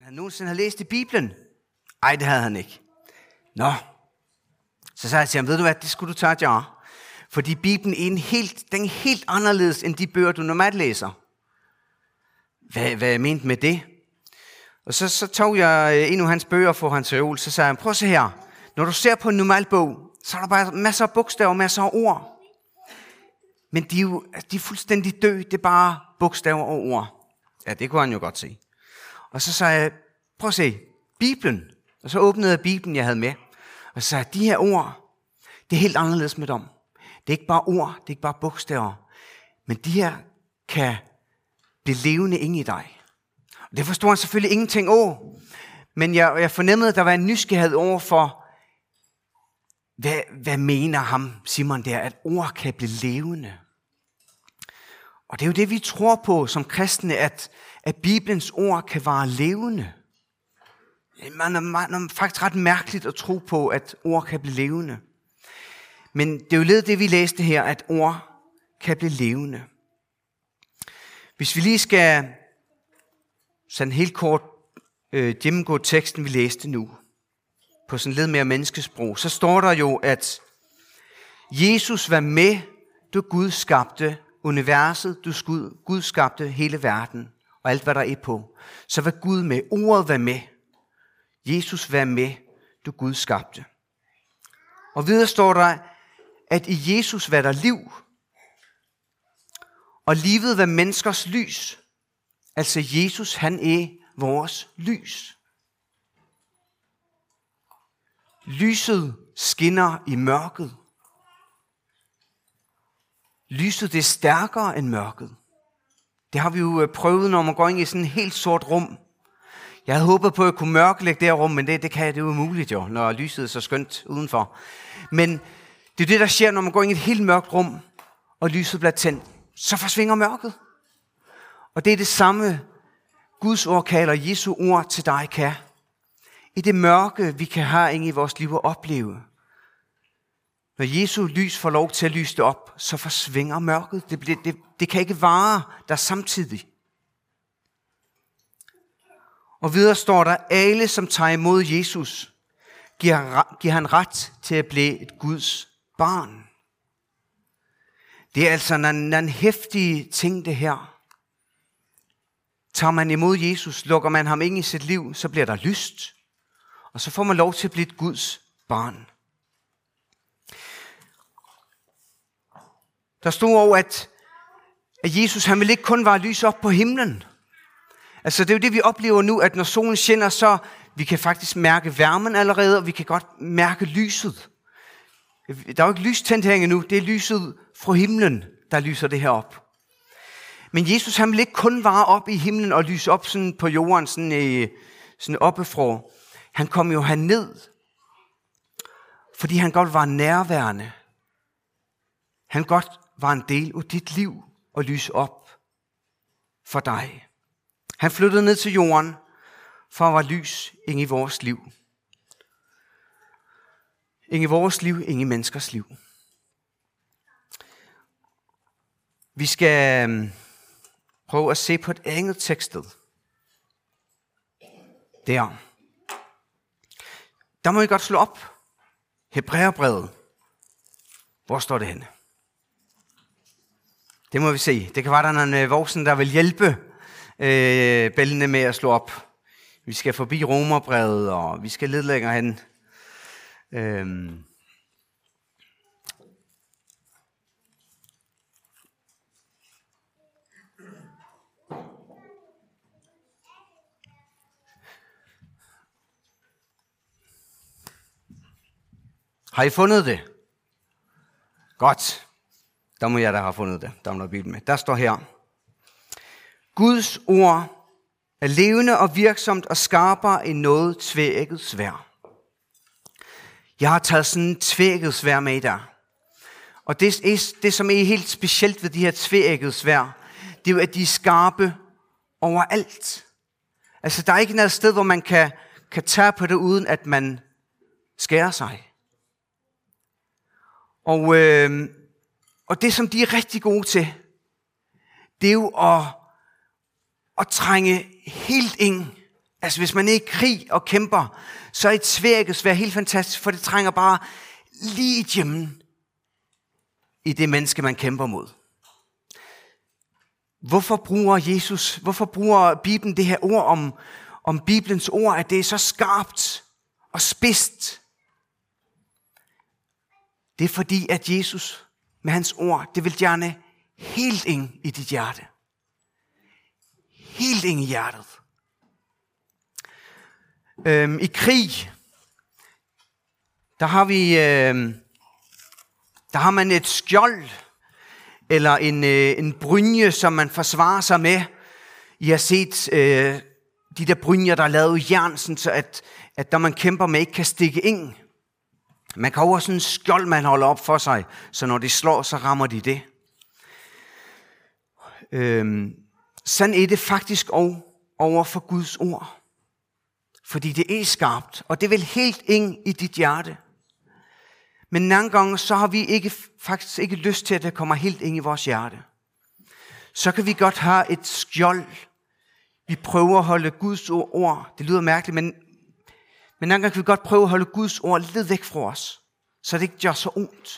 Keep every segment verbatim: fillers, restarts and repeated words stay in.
Han nogensinde har læst i Bibelen? Ej, det havde han ikke. Nå. Så sagde jeg til ham, ved du hvad, det skulle du tage, ja. Fordi Bibelen er en helt, den er helt anderledes end de bøger, du normalt læser. Hvad, hvad jeg mente med det? Og så, så tog jeg en af hans bøger for hans reol, så sagde han, prøv at se her. Når du ser på en normal bog, så er der bare masser af bogstaver, masser af ord. Men de er jo de er fuldstændig døde, det er bare bogstaver og ord. Ja, det kunne han jo godt se. Og så sagde jeg, prøv at se, Bibelen. Og så åbnede jeg Bibelen, jeg havde med. Og så sagde jeg, de her ord, det er helt anderledes med dem. Det er ikke bare ord, det er ikke bare bogstaver. Men de her kan blive levende inde i dig. Og det forstod han selvfølgelig ingenting af. Men jeg, jeg fornemmede, at der var en nysgerrighed over for, hvad, hvad mener ham, Simon der, at ord kan blive levende. Og det er jo det, vi tror på som kristne, at, at Bibelens ord kan være levende. Man er, man er faktisk ret mærkeligt at tro på, at ord kan blive levende. Men det er jo lidt det, vi læste her, at ord kan blive levende. Hvis vi lige skal sådan helt kort øh, gennemgå teksten, vi læste nu, på sådan lidt mere menneskesprog, så står der jo, at Jesus var med, da Gud skabte universet, du Gud skabte hele verden, og alt, hvad der er på. Så var Gud med, ordet var med. Jesus var med, da Gud skabte. Og videre står der, at i Jesus var der liv, og livet var menneskers lys. Altså Jesus, han er vores lys. Lyset skinner i mørket. Lyset, det er stærkere end mørket. Det har vi jo prøvet, når man går ind i sådan et helt sort rum. Jeg havde håbet på, at jeg kunne mørklægge det her rum, men det, det kan det jo umuligt jo, når lyset er så skønt udenfor. Men det er det, der sker, når man går ind i et helt mørkt rum, og lyset bliver tændt. Så forsvinder mørket. Og det er det samme, Guds ord kalder Jesu ord til dig kan. I det mørke, vi kan have inde i vores liv og opleve. Når Jesu lys får lov til at lyse det op, så forsvinder mørket. Det, det, det, det kan ikke vare der samtidig. Og videre står der, alle som tager imod Jesus, giver, giver han ret til at blive et Guds barn. Det er altså en, en heftig ting, det her. Tager man imod Jesus, lukker man ham ind i sit liv, så bliver der lyst. Og så får man lov til at blive et Guds barn. Der stod over, at, at Jesus, han vil ikke kun være lys op på himlen. Altså det er jo det, vi oplever nu, at når solen skinner, så vi kan faktisk mærke varmen allerede, og vi kan godt mærke lyset. Der er jo ikke lys tændt her endnu, det er lyset fra himlen, der lyser det her op. Men Jesus, han vil ikke kun være op i himlen og lyse op sådan på jorden, sådan, øh, sådan oppefra. Han kom jo herned, fordi han godt var nærværende. Han godt var en del af dit liv og lyse op for dig. Han flyttede ned til jorden for at være lys ind i vores liv. Ind i vores liv, ind i menneskers liv. Vi skal prøve at se på et andet tekststed. Der. Der må I godt slå op. Hebræerbrevet. Hvor står det henne? Det må vi se. Det kan være, der er en voksen, der vil hjælpe øh, bællene med at slå op. Vi skal forbi Romerbrevet, og vi skal lidt længere hen. Øhm. Har I fundet det? Godt. Der må jeg da have fundet det. Der er noget Bibel med. Der står her. Guds ord er levende og virksomt og skarpere end noget tveægget sværd. Jeg har taget sådan en tveægget sværd med der. Og det, er, det, som er helt specielt ved de her tveægget sværd, det er jo, at de er skarpe overalt. Altså, der er ikke noget sted, hvor man kan, kan tage på det, uden at man skærer sig. Og, øh, og det, som de er rigtig gode til, det er jo at, at trænge helt ind, Altså hvis man er i krig og kæmper, så er et svækkelsværd helt fantastisk, for det trænger bare lige igennem i det menneske, man kæmper mod. Hvorfor bruger Jesus, hvorfor bruger Bibelen det her ord om, om Bibelens ord, at det er så skarpt og spidst? Det er fordi, at Jesus med hans ord, det vil gerne helt ind i dit hjerte. Helt ind i hjertet. Øhm, I krig, der har vi, øhm, der har man et skjold, eller en, øh, en brynje, som man forsvarer sig med. I har set øh, de der brynjer, der er lavet i jern, sådan så at, at når man kæmper med, ikke kan stikke ind. Man kan også sådan en skjold, man holder op for sig, så når de slår, så rammer de det. Øhm, sådan er det faktisk også over for Guds ord. Fordi det er skarpt, og det vil helt ind i dit hjerte. Men nogle gange, så har vi ikke, faktisk ikke lyst til, at det kommer helt ind i vores hjerte. Så kan vi godt have et skjold. Vi prøver at holde Guds ord. Det lyder mærkeligt, men, men nogle gange kan vi godt prøve at holde Guds ord lidt væk fra os, så det ikke gør så ondt.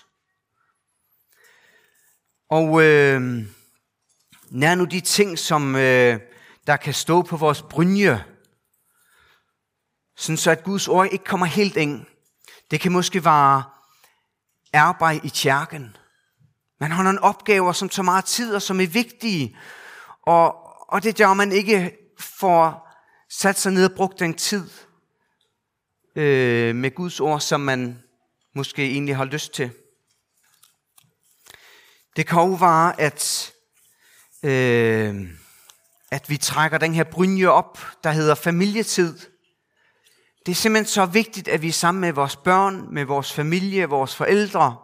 Og øh, nær nu de ting, som øh, der kan stå på vores brynje, sådan så at Guds ord ikke kommer helt ind. Det kan måske være arbejde i kirken. Man har nogle opgaver, som tager meget tid og som er vigtige. Og, og det gør man ikke for sat sig ned og brugt den tid øh, med Guds ord, som man måske egentlig har lyst til. Det kan også være, at, øh, at vi trækker den her brynje op, der hedder familietid. Det er simpelthen så vigtigt, at vi er sammen med vores børn, med vores familie, vores forældre,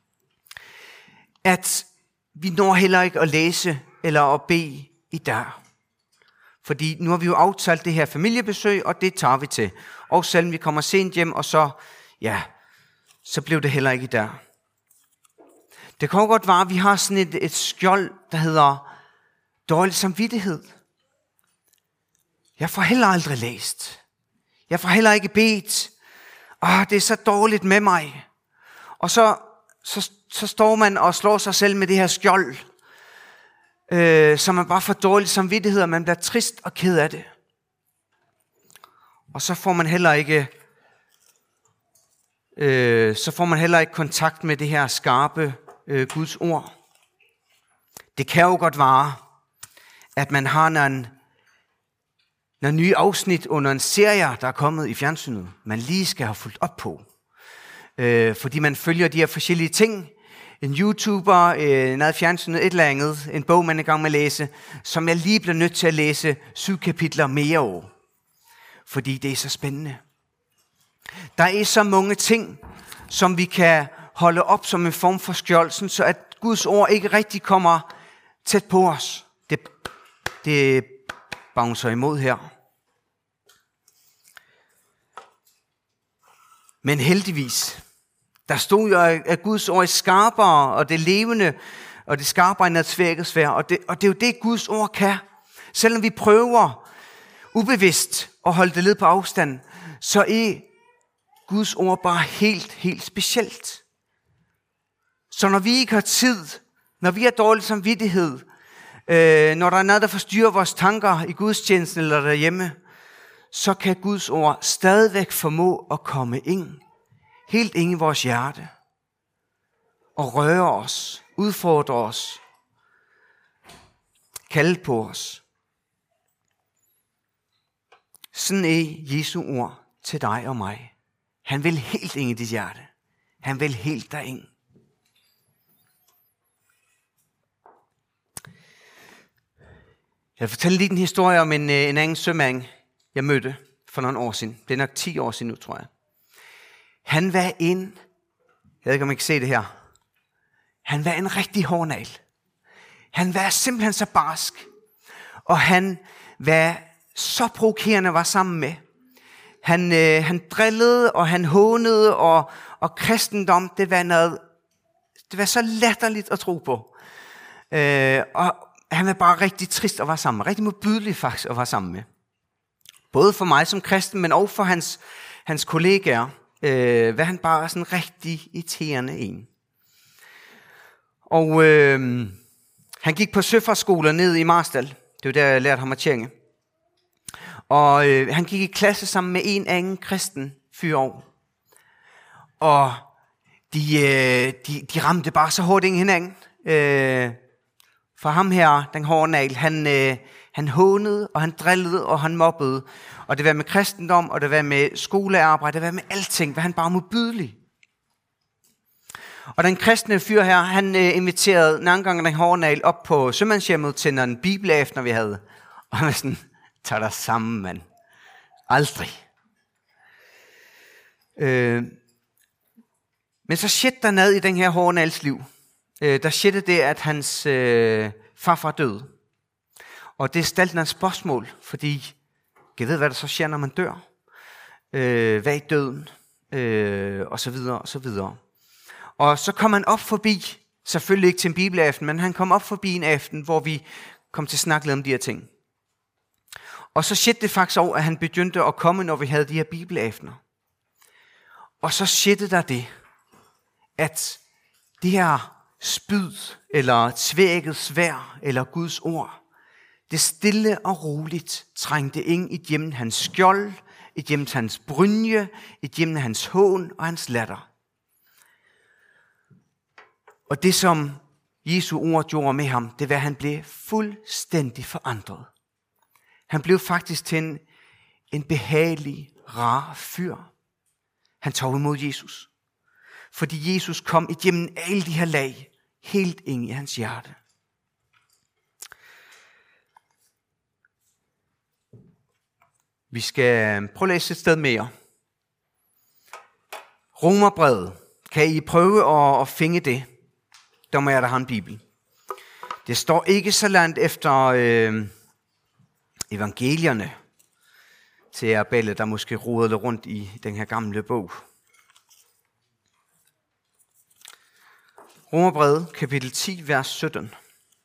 at vi når heller ikke at læse eller at bede i dag. Fordi nu har vi jo aftalt det her familiebesøg, og det tager vi til. Og selvom vi kommer sent hjem, og så, ja, så blev det heller ikke i dag. Det kan godt være, at vi har sådan et, et skjold, der hedder dårlig samvittighed. Jeg får heller aldrig læst. Jeg får heller ikke bedt. Åh, det er så dårligt med mig. Og så, så, så står man og slår sig selv med det her skjold. Øh, så man bare får dårlig samvittighed, og man bliver trist og ked af det. Og så får man heller ikke, øh, så får man heller ikke kontakt med det her skarpe øh, Guds ord. Det kan jo godt være, at man har nogle Når nye afsnit under en serie, der er kommet i fjernsynet, man lige skal have fulgt op på. Øh, fordi man følger de her forskellige ting. En YouTuber, øh, noget fjernsynet, et eller andet, en bog, man er i gang med at læse, som jeg lige bliver nødt til at læse syv kapitler mere over. Fordi det er så spændende. Der er så mange ting, som vi kan holde op som en form for skjold, så at Guds ord ikke rigtig kommer tæt på os. Det, det bouncer imod her. Men heldigvis, der stod jo, at Guds ord er skarpere, og det levende, og det skarpere end et svækkelsværd. Og det, og det er jo det, Guds ord kan. Selvom vi prøver ubevidst at holde det lidt på afstand, så er Guds ord bare helt, helt specielt. Så når vi ikke har tid, når vi har dårlig samvittighed, øh, når der er noget, der forstyrrer vores tanker i gudstjenesten eller derhjemme, så kan Guds ord stadigvæk formå at komme ind, helt ind i vores hjerte, og røre os, udfordre os, kalde på os. Sådan er Jesu ord til dig og mig. Han vil helt ind i dit hjerte. Han vil helt derind. Jeg fortæller lige en historie om en, en anden sømand, jeg mødte for nogle år siden. Det er nok ti år siden nu, tror jeg. Han var en, jeg ved ikke om I kan se det her, han var en rigtig hårdnagl. Han var simpelthen så barsk, og han var så provokerende at være sammen med. Han, øh, han drillede, og han hånede, og, og kristendom, det var noget, det var så latterligt at tro på. Øh, og han var bare rigtig trist at være sammen med, rigtig modbydelig faktisk at være sammen med. Både for mig som kristen, men også for hans, hans kollegaer. Øh, hvad han bare er sådan en rigtig irriterende en. Og øh, han gik på søfartsskoler ned i Marstal. Det var der, jeg lærte ham at tjene. Og øh, han gik i klasse sammen med en anden kristen fyr over. Og de, øh, de, de ramte bare så hårdt ind hinanden. Øh, for ham her, den hårde nagel, han, øh, han hånede, og han drillede, og han mobbede. Og det var med kristendom, og det var med skolearbejde, det var med alting, var han bare modbydelig. Og den kristne fyr her, han øh, inviterede en anden gang den hårde nagel op på sømandshjemmet til en bibelaftener, vi havde. Og han var sådan, tag dig sammen, mand. Aldrig. Øh, men så skete der noget i den her hårde nagels liv. Øh, der skete det, at hans øh, farfar døde. Og det stillede en spørgsmål, fordi jeg ved, hvad der så sker, når man dør. Øh, hvad er døden? Øh, og så videre, og så videre. Og så kom han op forbi, selvfølgelig ikke til en bibelaften, men han kom op forbi en aften, hvor vi kom til at snakke lidt om de her ting. Og så skete det faktisk over, at han begyndte at komme, når vi havde de her bibelaftener. Og så skete der det, at det her spyd, eller tvækket sværd, eller Guds ord, det stille og roligt trængte ind igennem hans skjold, igennem hans brynje, igennem hans hån og hans latter. Og det, som Jesu ord gjorde med ham, det var, at han blev fuldstændig forandret. Han blev faktisk til en, en behagelig, rar fyr. Han tog imod Jesus. Fordi Jesus kom igennem alle de her lag, helt ind i hans hjerte. Vi skal prøve at læse et sted mere. Romerbrevet. Kan I prøve at, at finde det? Der må jeg da have en bibel. Det står ikke så langt efter øh, evangelierne til jer bælle, der måske roder lidt rundt i den her gamle bog. Romerbrevet, kapitel ti, vers sytten.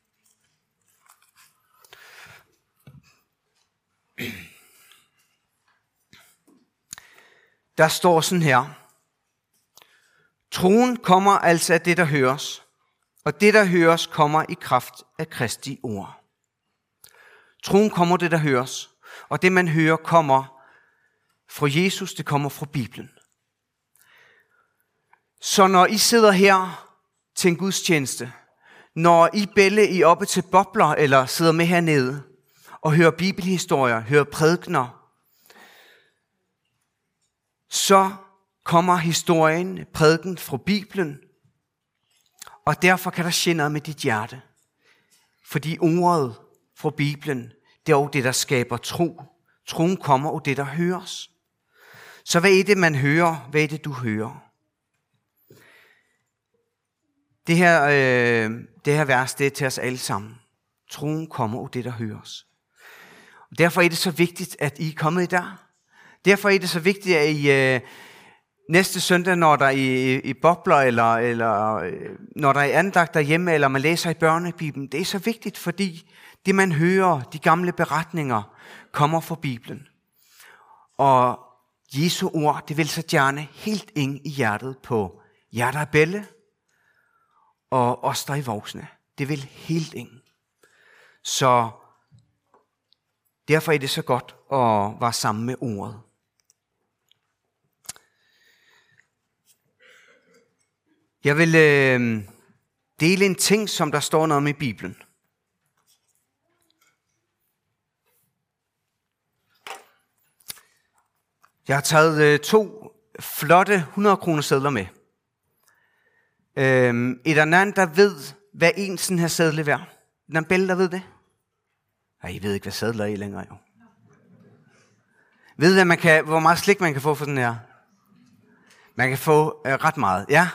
Der står sådan her. Troen kommer altså af det, der høres, og det, der høres, kommer i kraft af Kristi ord. Troen kommer det, der høres, og det, man hører, kommer fra Jesus, det kommer fra Bibelen. Så når I sidder her til en gudstjeneste, når I bælle I oppe til bobler, eller sidder med hernede, og hører bibelhistorier, hører prædikener, så kommer historien, prædiken fra Bibelen, og derfor kan der ske noget med dit hjerte. Fordi ordet fra Bibelen, det er jo det, der skaber tro. Troen kommer af det, der høres. Så hvad er det, man hører? Hvad er det, du hører? Det her, øh, det her vers, det er til os alle sammen. Troen kommer af det, der høres. Og derfor er det så vigtigt, at I er kommet i dag. Derfor er det så vigtigt, at I øh, næste søndag, når der er i, i bobler, eller, eller øh, når der er andagt derhjemme, eller man læser i børnebibelen, det er så vigtigt, fordi det, man hører, de gamle beretninger, kommer fra Bibelen. Og Jesu ord, det vil så gerne helt ind i hjertet på jer, der er bælle, og os, der er voksne. Det vil helt ind. Så derfor er det så godt at være sammen med ordet. Jeg vil øh, dele en ting, som der står noget om i Bibelen. Jeg har taget øh, to flotte hundrede kroner sedler med. Øh, er der nogen, der ved, hvad en sådan her seddel er værd? Er der en bælle, der ved det? Nej, I ved ikke, hvad sedler er i længere, jo. Ved, hvad man kan, hvor meget slik man kan få for sådan her? Man kan få øh, ret meget, ja.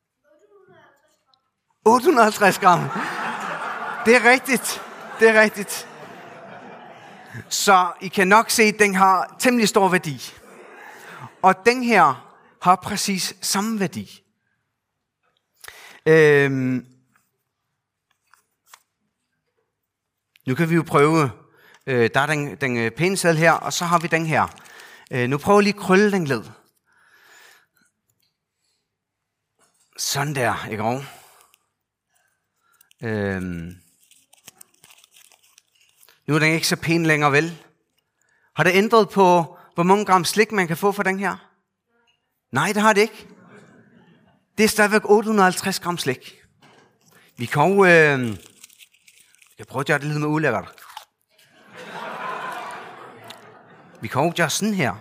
otte hundrede og halvtreds gram. Det er rigtigt. Det er rigtigt. Så I kan nok se, at den har temmelig stor værdi. Og den her har præcis samme værdi. Øhm, nu kan vi jo prøve Øh, der er den, den pæne seddel her, og så har vi den her. Øh, nu prøver jeg lige at krølle den lidt. Sådan der, ikke og? Øhm. Nu er den ikke så pæn længere, vel? Har det ændret på, hvor mange gram slik man kan få for den her? Nej, det har det ikke. Det er stadigvæk otte hundrede og halvtreds gram slik. Vi kan jo... Øh, jeg prøver at gøre det lidt med ulækkert. Vi kan jo gøre sådan her.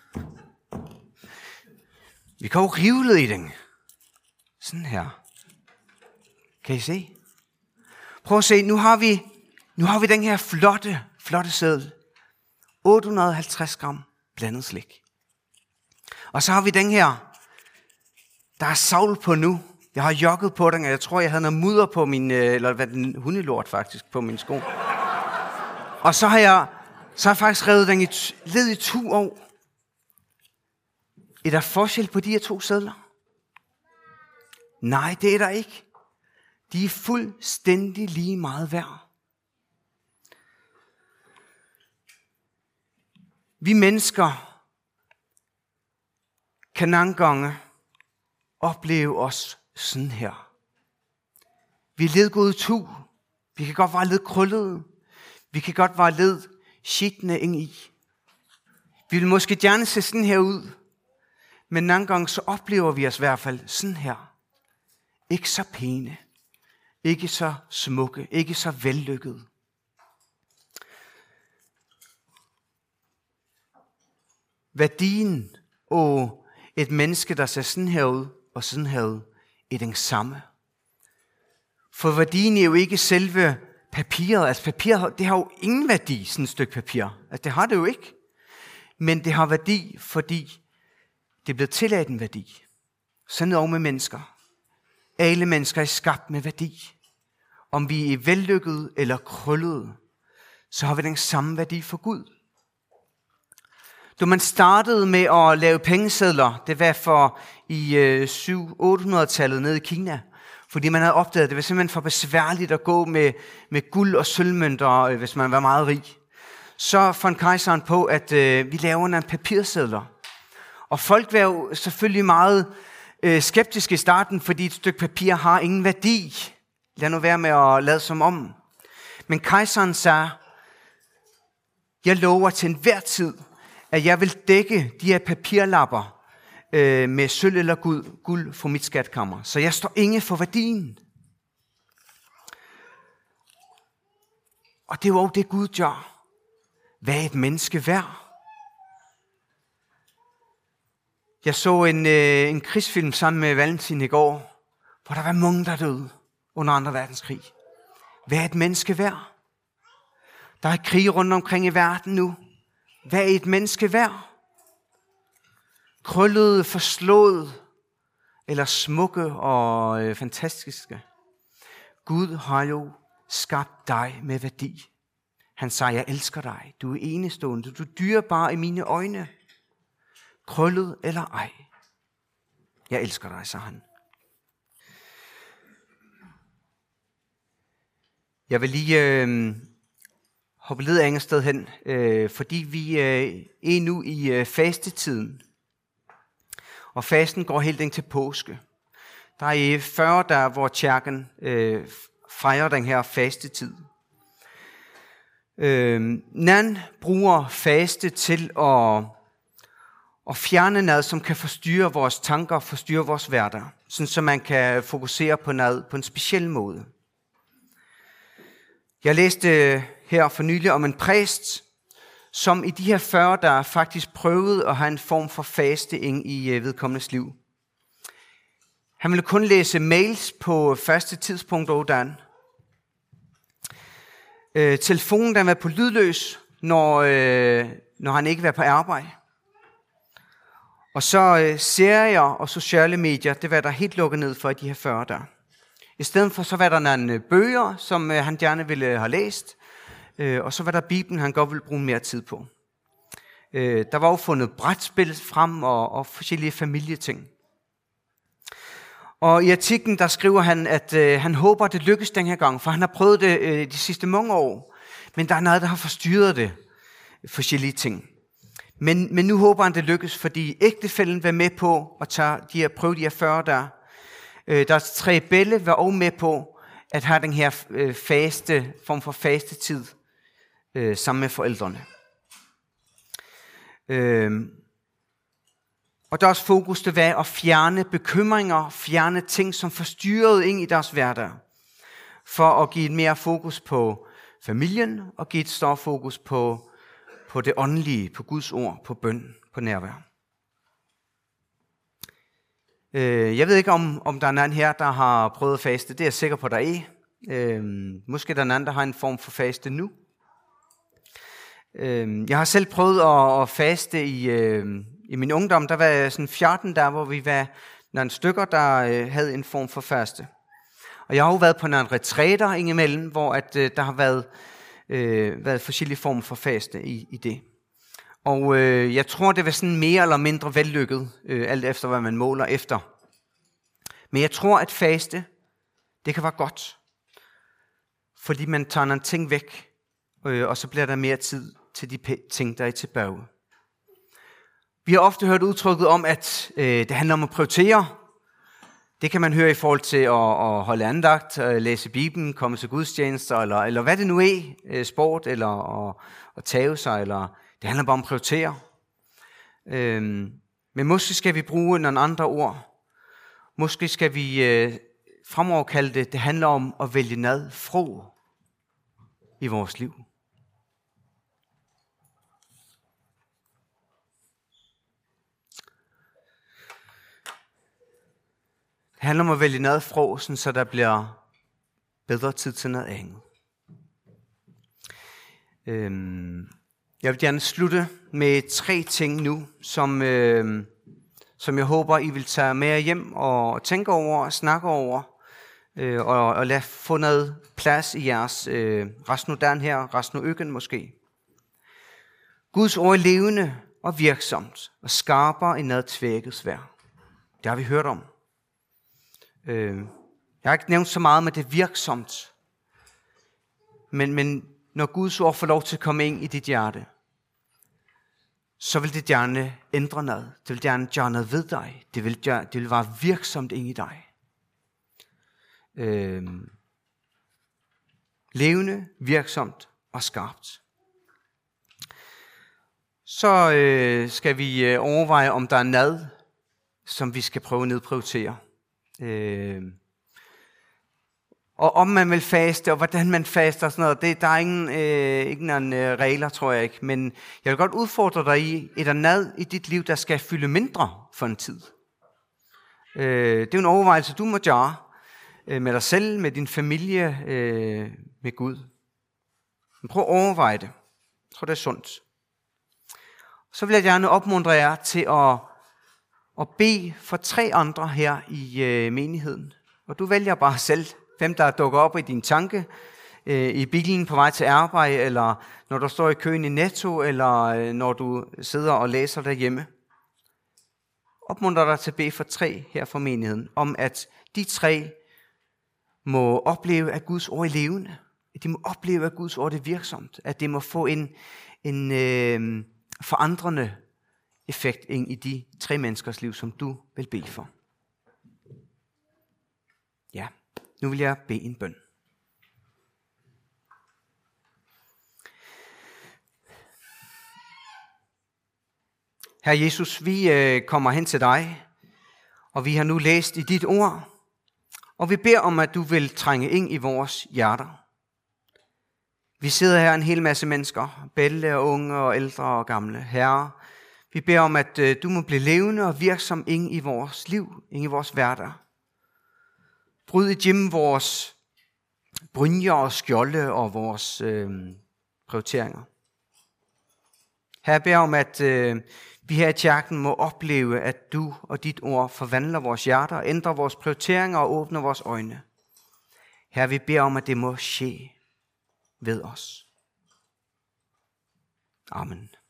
Vi kan jo rive lidt i den. Sådan her. Kan I se? Prøv at se, nu har vi, nu har vi den her flotte, flotte seddel. otte hundrede og halvtreds gram blandet slik. Og så har vi den her. Der er savl på nu. Jeg har jogget på den, og jeg tror, jeg havde noget mudder på min, eller hvad den hundelort faktisk, på min sko. Og så har jeg, så har jeg faktisk revet den i led i to år. Er der forskel på de her to sedler? Nej, det er der ikke. De er fuldstændig lige meget værd. Vi mennesker kan nogle gange opleve os sådan her. Vi er lidt gået tu. Vi kan godt være lidt krøllede. Vi kan godt være lidt skitne ind i. Vi vil måske gerne se sådan her ud. Men nogle gange så oplever vi os i hvert fald sådan her. Ikke så pæne. Ikke så smukke. Ikke så vellykkede. Værdien af et menneske, der ser sådan her ud og sådan her ud, er den samme. For værdien er jo ikke selve papiret. Altså papiret, det har jo ingen værdi, sådan et stykke papir. Altså det har det jo ikke. Men det har værdi, fordi det er blevet tilladt en værdi. Sådan er det med mennesker. Alle mennesker er skabt med værdi. Om vi er vellykkede eller krøllede, så har vi den samme værdi for Gud. Da man startede med at lave pengesedler, det var for i øh, syv otte hundrede-tallet nede i Kina, fordi man havde opdaget, at det var simpelthen for besværligt at gå med, med guld og sølvmønter, øh, hvis man var meget rig. Så fandt kejseren på, at øh, vi laver nogle papirsedler. Og folk var jo selvfølgelig meget øh, skeptiske i starten, fordi et stykke papir har ingen værdi. Lad nu være med at lade som om. Men kejseren sagde, jeg lover til enhver tid, at jeg vil dække de her papirlapper øh, med sølv eller guld, guld for mit skatkammer. Så jeg står ingen for værdien. Og det er jo det Gud gør. Hvad er et menneske værd? Jeg så en, øh, en krigsfilm sammen med Valentin i går, hvor der var mange, der døde under anden verdenskrig. Hvad er et menneske værd? Der er krig rundt omkring i verden nu. Hvad er et menneske værd? Krøllede, forslået eller smukke og øh, fantastiske. Gud har jo skabt dig med værdi. Han sagde, jeg elsker dig. Du er enestående. Du er dyrebar i mine øjne. Krøllet eller ej. Jeg elsker dig, sagde han. Jeg vil lige øh, hoppe lidt andet sted hen, øh, fordi vi øh, er nu i øh, fastetiden. Og fasten går helt ind til påske. Der er fyrre dage, hvor kirken øh, fejrer den her fastetid. Øh, Nan bruger faste til at, at fjerne noget, som kan forstyrre vores tanker, forstyrre vores hverdag, sådan så man kan fokusere på noget på en speciel måde. Jeg læste her for nylig om en præst, som i de her fyrre dage faktisk prøvede at have en form for faste ind i vedkommendes liv. Han ville kun læse mails på første tidspunkt og dagen. Øh, telefonen den var på lydløs, når, øh, når han ikke var på arbejde. Og så øh, serier og sociale medier, det var der helt lukket ned for i de her fyrre dage. I stedet for så var der nogle bøger, som øh, han gerne ville have læst. Øh, og så var der Bibelen, han godt ville bruge mere tid på. Øh, der var jo fundet brætspil frem og, og forskellige familieting. Og i artiklen der skriver han, at øh, han håber, at det lykkes den her gang, for han har prøvet det øh, de sidste mange år. Men der er noget, der har forstyrret det. Forskellige ting. Men, men nu håber han, det lykkes, fordi ægtefælden var med på at tage de her, prøve de her fyrre der. Øh, deres tre bella var også med på at have den her øh, faste, form for fastetid øh, sammen med forældrene. Øh, og deres fokus det var at fjerne bekymringer, fjerne ting, som forstyrrede ind i deres hverdag. For at give et mere fokus på familien, og give et større fokus på, på det åndelige, på Guds ord, på bøn, på nærvær. Øh, jeg ved ikke, om, om der er en anden her, der har prøvet at faste. Det er jeg sikker på, der er. Øh, måske der er en anden, der har en form for faste nu. Øh, jeg har selv prøvet at, at faste i, øh, i min ungdom. Der var sådan fjorten der, hvor vi var nogle stykker, der øh, havde en form for faste. Og jeg har jo været på nogle retræter indimellem, hvor at, øh, der har været, øh, været forskellige former for faste i, i det. Og øh, jeg tror, det var sådan mere eller mindre vellykket, øh, alt efter hvad man måler efter. Men jeg tror, at faste, det kan være godt. Fordi man tager nogle ting væk, øh, og så bliver der mere tid til de ting, der er tilbage. Vi har ofte hørt udtrykket om, at øh, det handler om at prioritere. Det kan man høre i forhold til at, at holde andagt, læse Bibelen, komme til gudstjenester, eller, eller hvad det nu er, sport, eller at, at tage sig, eller det handler bare om at prioritere. Øhm, men måske skal vi bruge nogle andre ord. Måske skal vi øh, fremover kalde det, det handler om at vælge noget fra i vores liv. Det handler om at vælge noget fra, så der bliver bedre tid til noget andet. Øhm, jeg vil gerne slutte med tre ting nu, som, øh, som jeg håber, I vil tage med hjem og tænke over og snakke over. Øh, og, og lade få noget plads i jeres øh, resten af dagen her, resten af ugen måske. Guds ord er levende og virksomt og skarpere end noget tvækket sværd. Det har vi hørt om. Øh, jeg har ikke nævnt så meget med det virksomt. Men, men når Guds ord får lov til at komme ind i dit hjerte, så vil det gerne ændre noget. Det vil gerne gøre noget ved dig. Det vil, gøre, det vil være virksomt ind i dig. Øh, levende, virksomt og skarpt. Så øh, skal vi øh, overveje, om der er noget, som vi skal prøve at nedprioritere. Øh, og om man vil faste, og hvordan man faster og sådan noget, det, der er ingen, øh, ingen øh, regler, tror jeg ikke. Men jeg vil godt udfordre dig i, er der noget i dit liv, der skal fylde mindre for en tid? Øh, det er en overvejelse, du må gøre øh, med dig selv, med din familie, øh, med Gud. Men prøv at overveje det. Jeg tror, det er sundt. Så vil jeg gerne opmuntre jer til at, at bede for tre andre her i øh, menigheden. Og du vælger bare selv, hvem der dukker op i din tanke, øh, i bilen på vej til arbejde, eller når du står i køen i Netto, eller øh, når du sidder og læser derhjemme. Opmuntre dig til at bede for tre her fra menigheden, om at de tre må opleve, at Guds ord er levende. At de må opleve, at Guds ord er virksomt. At det må få en, en øh, forandrende effekt ind i de tre menneskers liv, som du vil bede for. Ja, nu vil jeg bede en bøn. Herre Jesus, vi øh, kommer hen til dig, og vi har nu læst i dit ord, og vi beder om, at du vil trænge ind i vores hjerter. Vi sidder her en hel masse mennesker, bælle og unge og ældre og gamle. Herre, vi beder om, at øh, du må blive levende og virksom ind i vores liv, ind i vores hverdag. Bryd igennem vores brynjer og skjolde og vores øh, prioriteringer. Her beder om, at øh, vi her i kirken må opleve, at du og dit ord forvandler vores hjerter, ændrer vores prioriteringer og åbner vores øjne. Her vi beder om, at det må ske ved os. Amen.